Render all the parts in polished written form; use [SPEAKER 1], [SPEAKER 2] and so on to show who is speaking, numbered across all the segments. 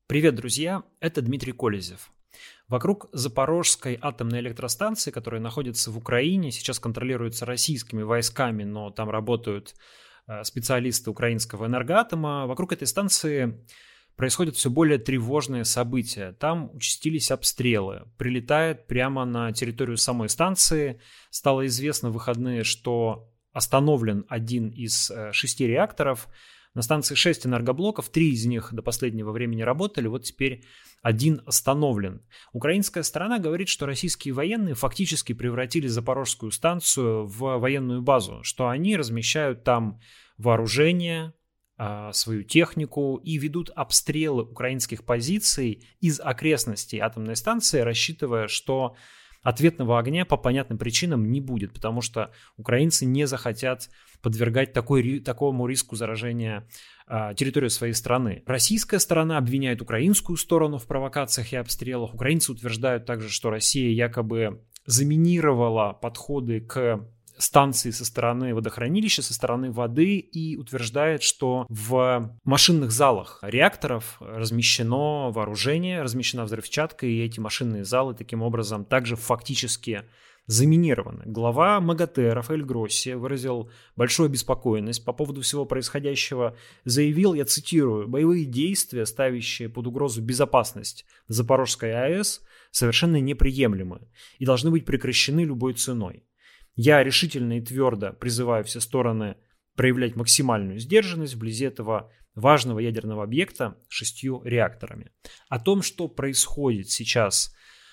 [SPEAKER 1] Привет, друзья! Это Дмитрий Колезев. Вокруг Запорожской атомной электростанции, которая находится в Украине, сейчас контролируется российскими войсками, но там работают специалисты украинского энергоатома. Вокруг этой станции происходят все более тревожные события. Там участились обстрелы. Прилетает прямо на территорию самой станции. Стало известно в выходные, что остановлен один из 6 реакторов. На станции 6 энергоблоков, 3 из них до последнего времени работали, вот теперь один остановлен. Украинская сторона говорит, что российские военные фактически превратили Запорожскую станцию в военную базу, что они размещают там вооружение, свою технику и ведут обстрелы украинских позиций из окрестностей атомной станции, рассчитывая, что ответного огня по понятным причинам не будет, потому что украинцы не захотят подвергать такому риску заражения территорию своей страны. Российская сторона обвиняет украинскую сторону в провокациях и обстрелах. Украинцы утверждают также, что Россия якобы заминировала подходы к станции со стороны водохранилища, со стороны воды, и утверждает, что в машинных залах реакторов размещено вооружение, размещена взрывчатка, и эти машинные залы таким образом также фактически заминированы. Глава МАГАТЭ Рафаэль Гросси выразил большую обеспокоенность по поводу всего происходящего, заявил, я цитирую: «Боевые действия, ставящие под угрозу безопасность Запорожской АЭС, совершенно неприемлемы и должны быть прекращены любой ценой. Я решительно и твердо призываю все стороны проявлять максимальную сдержанность вблизи этого важного ядерного объекта с 6 реакторами». О том, что происходит сейчас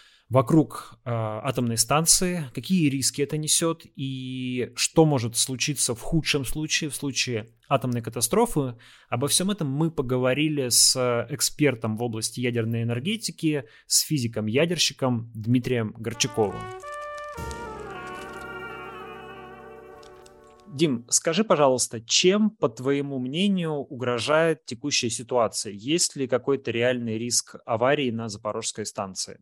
[SPEAKER 1] вокруг атомной станции, какие риски это несет и что может случиться в худшем случае, в случае атомной катастрофы, обо всем этом мы поговорили с экспертом в области ядерной энергетики, с физиком-ядерщиком Дмитрием Горчаковым. Дим, скажи, пожалуйста, чем, по твоему мнению, угрожает текущая ситуация? Есть ли какой-то реальный риск аварии на Запорожской станции?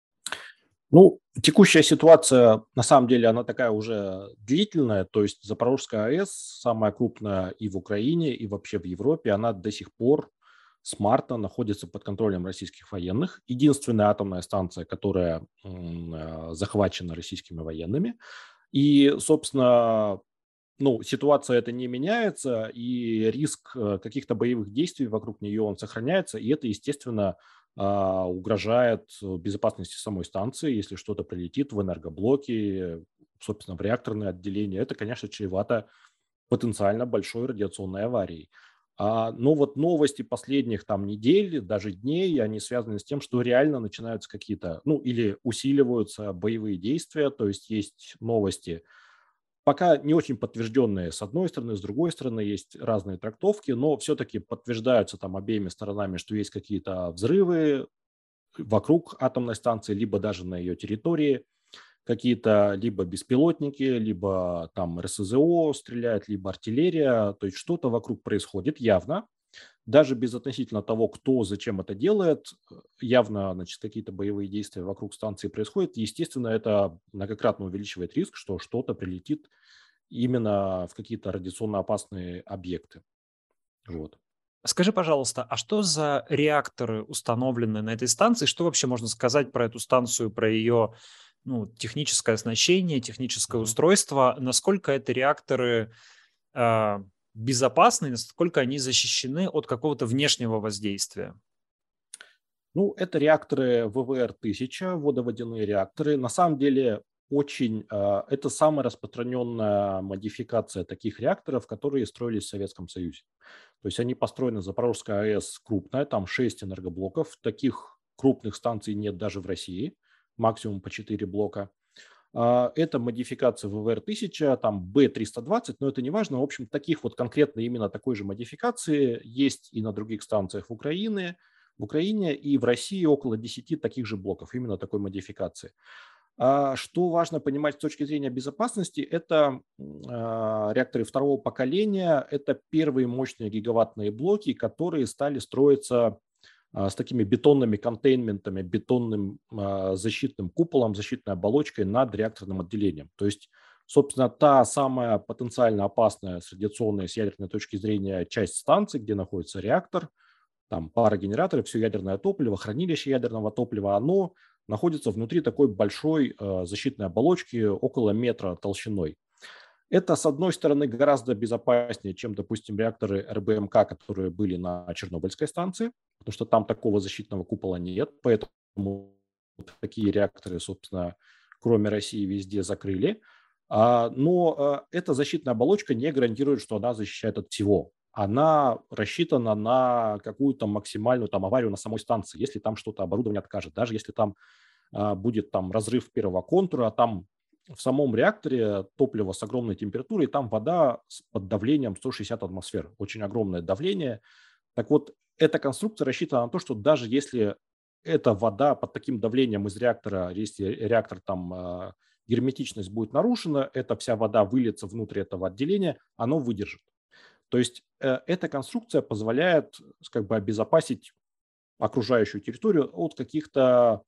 [SPEAKER 2] Текущая ситуация, на самом деле, она такая уже длительная. То есть Запорожская АЭС, самая крупная и в Украине, и вообще в Европе, она до сих пор с марта находится под контролем российских военных. Единственная атомная станция, которая захвачена российскими военными. И, собственно, ситуация эта не меняется, и риск каких-то боевых действий вокруг нее, он сохраняется, и это, естественно, угрожает безопасности самой станции. Если что-то прилетит в энергоблоки, собственно, в реакторное отделение, это, конечно, чревато потенциально большой радиационной аварией. Но вот новости последних недель, даже дней, они связаны с тем, что реально начинаются какие-то, или усиливаются боевые действия, то есть новости, пока не очень подтвержденные с одной стороны, с другой стороны, есть разные трактовки, но все-таки подтверждаются обеими сторонами, что есть какие-то взрывы вокруг атомной станции, либо даже на ее территории, какие-то либо беспилотники, либо РСЗО стреляют, либо артиллерия, то есть что-то вокруг происходит явно. Даже безотносительно того, кто зачем это делает, явно, какие-то боевые действия вокруг станции происходят. Естественно, это многократно увеличивает риск, что что-то прилетит именно в какие-то радиационно опасные объекты. Вот.
[SPEAKER 1] Скажи, пожалуйста, а что за реакторы установлены на этой станции? Что вообще можно сказать про эту станцию, про ее техническое оснащение, техническое устройство? Насколько это реакторы безопасны, насколько они защищены от какого-то внешнего воздействия?
[SPEAKER 2] Это реакторы ВВР-1000, водоводяные реакторы. На самом деле, это самая распространенная модификация таких реакторов, которые строились в Советском Союзе. То есть они построены, Запорожская АЭС крупная, там 6 энергоблоков. Таких крупных станций нет даже в России, максимум по 4 блока. Это модификация ВВР-1000, Б-320, но это не важно. В общем, таких конкретно именно такой же модификации есть и на других станциях в Украине и в России около 10 таких же блоков, именно такой модификации. Что важно понимать с точки зрения безопасности, это реакторы второго поколения, это первые мощные гигаваттные блоки, которые стали строиться с такими бетонными контейнментами, бетонным защитным куполом, защитной оболочкой над реакторным отделением. То есть, собственно, та самая потенциально опасная с радиационной, с ядерной точки зрения часть станции, где находится реактор, там парогенераторы, все ядерное топливо, хранилище ядерного топлива, оно находится внутри такой большой защитной оболочки около метра толщиной. Это, с одной стороны, гораздо безопаснее, чем, допустим, реакторы РБМК, которые были на Чернобыльской станции, потому что там такого защитного купола нет, поэтому такие реакторы, собственно, кроме России, везде закрыли. Но эта защитная оболочка не гарантирует, что она защищает от всего. Она рассчитана на какую-то максимальную там аварию на самой станции, если там что-то оборудование откажет. Даже если там будет там разрыв первого контура, а там в самом реакторе топливо с огромной температурой, там вода под давлением 160 атмосфер, очень огромное давление. Так вот, эта конструкция рассчитана на то, что даже если эта вода под таким давлением из реактора, если реактор там герметичность будет нарушена, эта вся вода выльется внутрь этого отделения, оно выдержит. То есть эта конструкция позволяет как бы обезопасить окружающую территорию от каких-то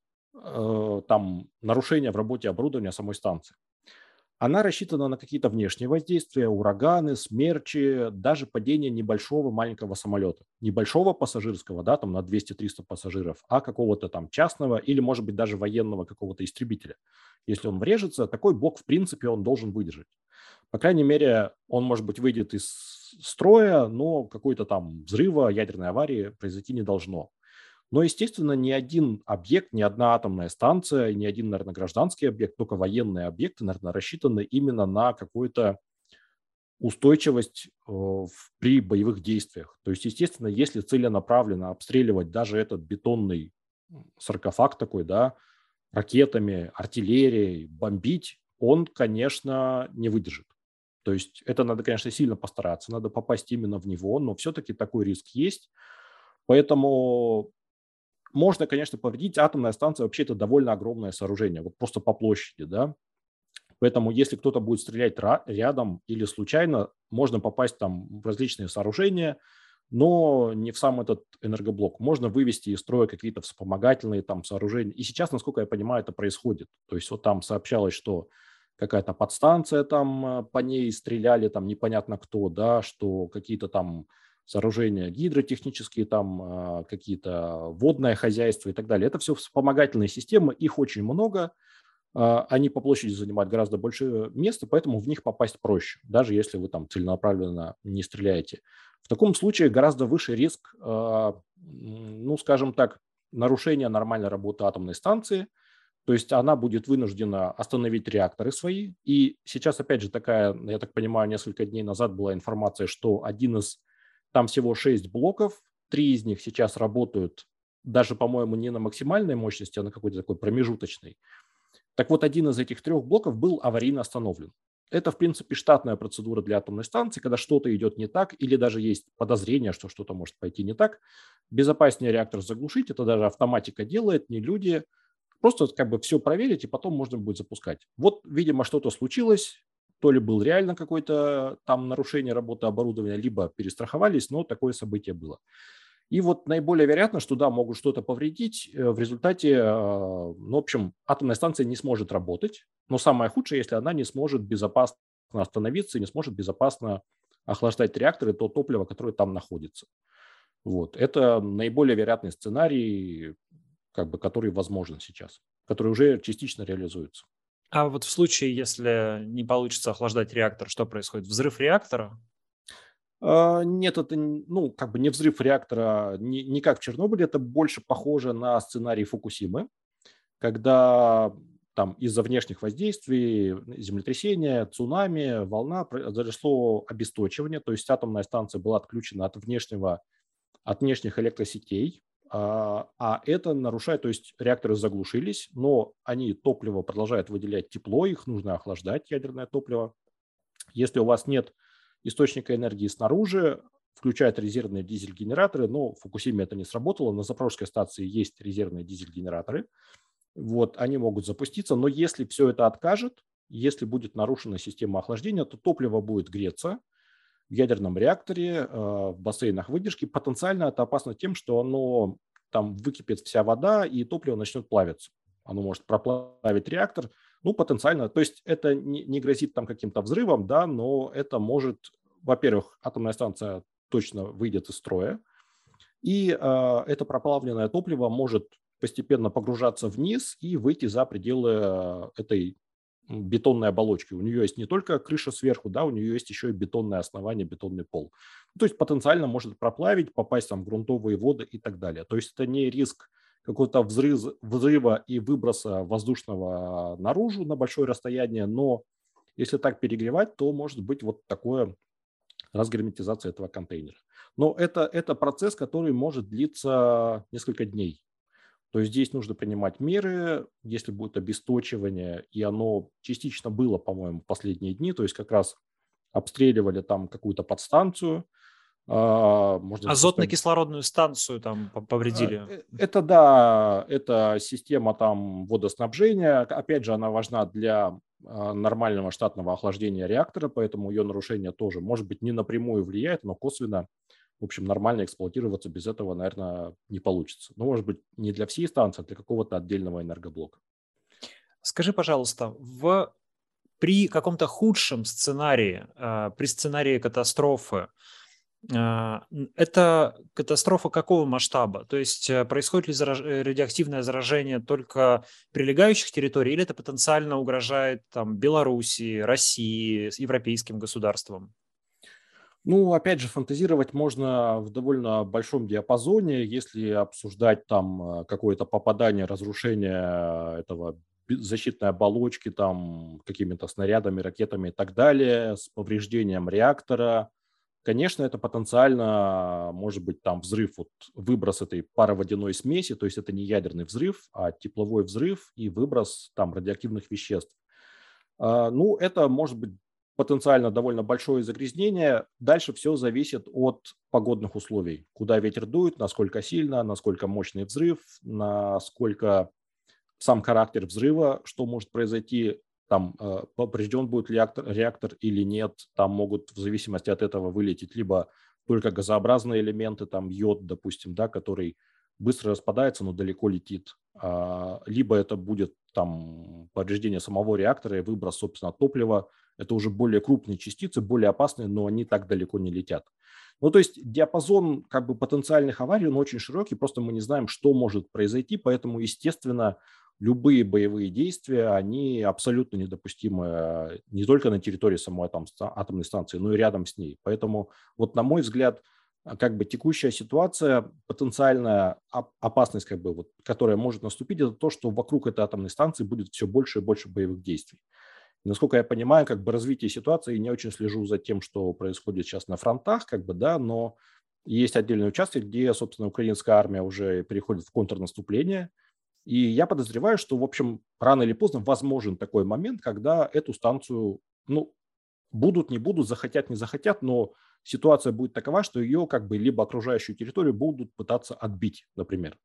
[SPEAKER 2] там нарушения в работе оборудования самой станции. Она рассчитана на какие-то внешние воздействия, ураганы, смерчи, даже падение небольшого маленького самолета. Небольшого пассажирского, да, там на 200-300 пассажиров, а какого-то там частного или, может быть, даже военного какого-то истребителя. Если он врежется, такой блок, в принципе, он должен выдержать. По крайней мере, он, может быть, выйдет из строя, но какой-то там взрыва, ядерной аварии произойти не должно. Но, естественно, ни один объект, ни одна атомная станция, ни один, наверное, гражданский объект, только военные объекты, наверное, рассчитаны именно на какую-то устойчивость при боевых действиях. То есть, естественно, если целенаправленно обстреливать даже этот бетонный саркофаг такой, да, ракетами, артиллерией, бомбить, он, конечно, не выдержит. То есть это надо, конечно, сильно постараться, надо попасть именно в него, но все-таки такой риск есть. Поэтому можно, конечно, повредить. Атомная станция вообще это довольно огромное сооружение, вот просто по площади, да. Поэтому если кто-то будет стрелять рядом или случайно, можно попасть там в различные сооружения, но не в сам этот энергоблок. Можно вывести из строя какие-то вспомогательные там сооружения. И сейчас, насколько я понимаю, это происходит. То есть вот там сообщалось, что какая-то подстанция там по ней стреляли, там непонятно кто, да, что какие-то там сооружения гидротехнические, там какие-то водное хозяйство и так далее. Это все вспомогательные системы, их очень много, они по площади занимают гораздо больше места, поэтому в них попасть проще, даже если вы там целенаправленно не стреляете. В таком случае гораздо выше риск, ну, скажем так, нарушения нормальной работы атомной станции. То есть она будет вынуждена остановить реакторы свои. И сейчас, опять же, такая, я так понимаю, несколько дней назад была информация, что там всего 6 блоков, 3 из них сейчас работают даже, по-моему, не на максимальной мощности, а на какой-то такой промежуточной. Так вот, один из этих 3 блоков был аварийно остановлен. Это, в принципе, штатная процедура для атомной станции, когда что-то идет не так или даже есть подозрение, что что-то может пойти не так. Безопаснее реактор заглушить, это даже автоматика делает, не люди. Просто как бы все проверить, и потом можно будет запускать. Вот, видимо, что-то случилось, то ли был реально какое-то там нарушение работы оборудования, либо перестраховались, но такое событие было. И вот наиболее вероятно, что да, могут что-то повредить. В результате, ну, в общем, атомная станция не сможет работать. Но самое худшее, если она не сможет безопасно остановиться и не сможет безопасно охлаждать реакторы, то топливо, которое там находится. Вот. Это наиболее вероятный сценарий, как бы, который возможен сейчас, который уже частично реализуется.
[SPEAKER 1] А вот в случае, если не получится охлаждать реактор, что происходит? Взрыв реактора?
[SPEAKER 2] Нет, это ну, как бы не взрыв реактора, не как в Чернобыле, это больше похоже на сценарий Фукусимы, когда там из-за внешних воздействий, землетрясения, цунами, волна, произошло обесточивание, то есть атомная станция была отключена от внешних электросетей, а это нарушает, то есть реакторы заглушились, но топливо продолжают выделять тепло, их нужно охлаждать, ядерное топливо. Если у вас нет источника энергии снаружи, включают резервные дизель-генераторы, но в Фукусиме это не сработало, на Запорожской станции есть резервные дизель-генераторы, вот, они могут запуститься, но если все это откажет, если будет нарушена система охлаждения, то топливо будет греться в ядерном реакторе, в бассейнах выдержки. Потенциально это опасно тем, что оно там выкипит вся вода, и топливо начнет плавиться. Оно может проплавить реактор, ну, потенциально. То есть это не грозит там каким-то взрывом, да, но это может, во-первых, атомная станция точно выйдет из строя, И это проплавленное топливо может постепенно погружаться вниз и выйти за пределы этой бетонной оболочки. У нее есть не только крыша сверху, да, у нее есть еще и бетонное основание, бетонный пол. То есть потенциально может проплавить, попасть там в грунтовые воды и так далее. То есть это не риск какого-то взрыва и выброса воздушного наружу на большое расстояние, но если так перегревать, то может быть вот такое разгерметизация этого контейнера. Но это процесс, который может длиться несколько дней. То есть здесь нужно принимать меры, если будет обесточивание, и оно частично было, по-моему, в последние дни, то есть как раз обстреливали там какую-то подстанцию, можно просто...
[SPEAKER 1] Азотно-кислородную станцию там повредили.
[SPEAKER 2] Это да, это система там водоснабжения. Опять же, она важна для нормального штатного охлаждения реактора, поэтому ее нарушение тоже, может быть, не напрямую влияет, но косвенно, в общем, нормально эксплуатироваться без этого, наверное, не получится. Ну, может быть, не для всей станции, а для какого-то отдельного энергоблока.
[SPEAKER 1] Скажи, пожалуйста, при каком-то худшем сценарии, при сценарии катастрофы, это катастрофа какого масштаба? То есть происходит ли радиоактивное заражение только прилегающих территорий, или это потенциально угрожает там Белоруссии, России, европейским государствам?
[SPEAKER 2] Ну, опять же, фантазировать можно в довольно большом диапазоне, если обсуждать там какое-то попадание, разрушение этого защитной оболочки там какими-то снарядами, ракетами и так далее, с повреждением реактора. Конечно, это потенциально может быть там взрыв, вот выброс этой пароводяной смеси, то есть это не ядерный взрыв, а тепловой взрыв и выброс там радиоактивных веществ. Ну, это может быть потенциально довольно большое загрязнение. Дальше все зависит от погодных условий. Куда ветер дует, насколько сильно, насколько мощный взрыв, насколько сам характер взрыва, что может произойти, там поврежден будет реактор или нет. Там могут в зависимости от этого вылететь либо только газообразные элементы, там йод, допустим, да, который быстро распадается, но далеко летит. Либо это будет там повреждение самого реактора и выброс, собственно, топлива. Это уже более крупные частицы, более опасные, но они так далеко не летят. Ну, то есть диапазон как бы потенциальных аварий, он очень широкий, просто мы не знаем, что может произойти, поэтому, естественно, любые боевые действия, они абсолютно недопустимы не только на территории самой атомной станции, но и рядом с ней. Поэтому, вот на мой взгляд, как бы текущая ситуация, потенциальная опасность, как бы, вот, которая может наступить, это то, что вокруг этой атомной станции будет все больше и больше боевых действий. И насколько я понимаю, как бы развитие ситуации, не очень слежу за тем, что происходит сейчас на фронтах, как бы, да, но есть отдельные участки, где, собственно, украинская армия уже переходит в контрнаступление. И я подозреваю, что, в общем, рано или поздно возможен такой момент, когда эту станцию, ну, будут, не будут, захотят, не захотят, но ситуация будет такова, что ее как бы либо окружающую территорию будут пытаться отбить, например.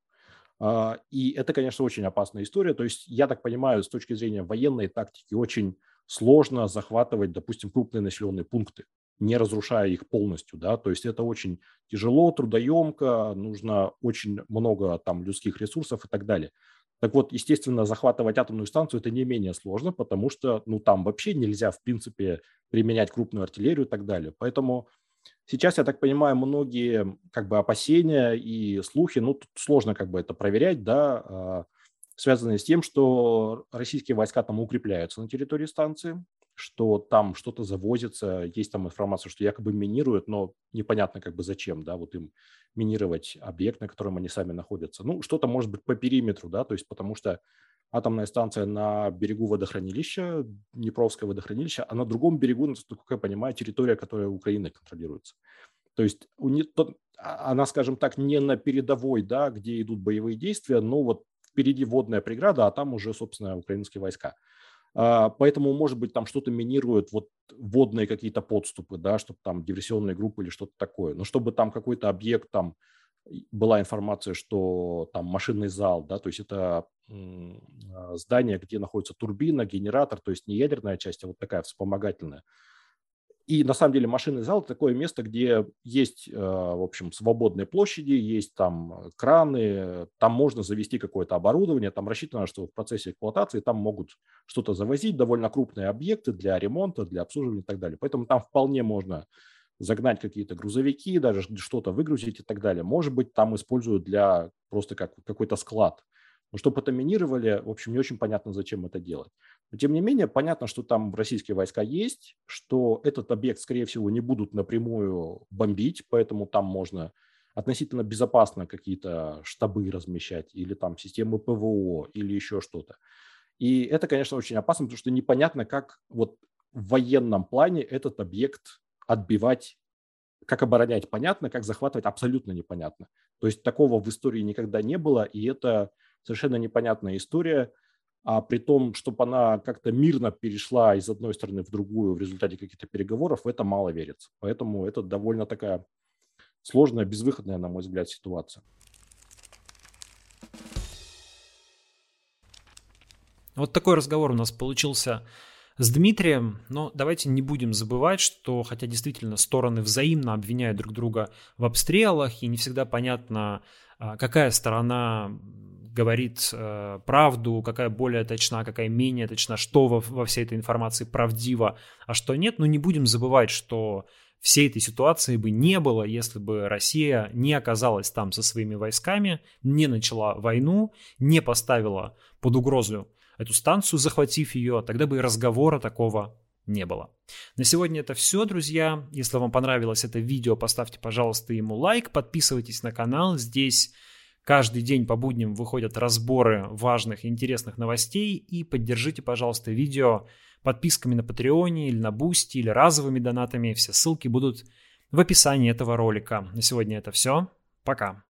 [SPEAKER 2] И это, конечно, очень опасная история. То есть, я так понимаю, с точки зрения военной тактики очень сложно захватывать, допустим, крупные населенные пункты, не разрушая их полностью, да, то есть это очень тяжело, трудоемко, нужно очень много там людских ресурсов и так далее. Так вот, естественно, захватывать атомную станцию это не менее сложно, потому что, ну, там вообще нельзя, в принципе, применять крупную артиллерию и так далее. Поэтому сейчас, я так понимаю, многие как бы опасения и слухи, ну, тут сложно как бы это проверять, да, связанные с тем, что российские войска там укрепляются на территории станции, что там что-то завозится, есть там информация, что якобы минируют, но непонятно как бы зачем, да, вот им минировать объект, на котором они сами находятся. Ну, что-то может быть по периметру, да, то есть потому что атомная станция на берегу водохранилища, Днепровское водохранилище, а на другом берегу, насколько я понимаю, территория, которая Украиной контролируется. То есть она, скажем так, не на передовой, да, где идут боевые действия, но вот впереди водная преграда, а там уже, собственно, украинские войска. Поэтому, может быть, там что-то минируют, вот водные какие-то подступы, да, чтобы там диверсионные группы или что-то такое. Но чтобы там какой-то объект, там была информация, что там машинный зал, да, то есть это здание, где находится турбина, генератор, то есть не ядерная часть, а вот такая вспомогательная. И на самом деле машинный зал – это такое место, где есть, в общем, свободные площади, есть там краны, там можно завести какое-то оборудование, там рассчитано, что в процессе эксплуатации там могут что-то завозить, довольно крупные объекты для ремонта, для обслуживания и так далее. Поэтому там вполне можно загнать какие-то грузовики, даже что-то выгрузить и так далее. Может быть, там используют для просто как какой-то склад. Но чтобы это минировали, в общем, не очень понятно, зачем это делать. Но, тем не менее, понятно, что там российские войска есть, что этот объект, скорее всего, не будут напрямую бомбить, поэтому там можно относительно безопасно какие-то штабы размещать или там системы ПВО или еще что-то. И это, конечно, очень опасно, потому что непонятно, как вот в военном плане этот объект отбивать, как оборонять понятно, как захватывать абсолютно непонятно. То есть такого в истории никогда не было, и это совершенно непонятная история. А при том, чтобы она как-то мирно перешла из одной стороны в другую в результате каких-то переговоров, в это мало верится. Поэтому это довольно такая сложная, безвыходная, на мой взгляд, ситуация.
[SPEAKER 1] Вот такой разговор у нас получился с Дмитрием, но давайте не будем забывать, что хотя действительно стороны взаимно обвиняют друг друга в обстрелах, и не всегда понятно, какая сторона говорит правду, какая более точна, какая менее точна, что во всей этой информации правдиво, а что нет, но не будем забывать, что всей этой ситуации бы не было, если бы Россия не оказалась там со своими войсками, не начала войну, не поставила под угрозу эту станцию, захватив ее, тогда бы и разговора такого не было. На сегодня это все, друзья. Если вам понравилось это видео, поставьте, пожалуйста, ему лайк, подписывайтесь на канал. Здесь каждый день по будням выходят разборы важных и интересных новостей. И поддержите, пожалуйста, видео подписками на Патреоне или на Бусти, или разовыми донатами. Все ссылки будут в описании этого ролика. На сегодня это все. Пока.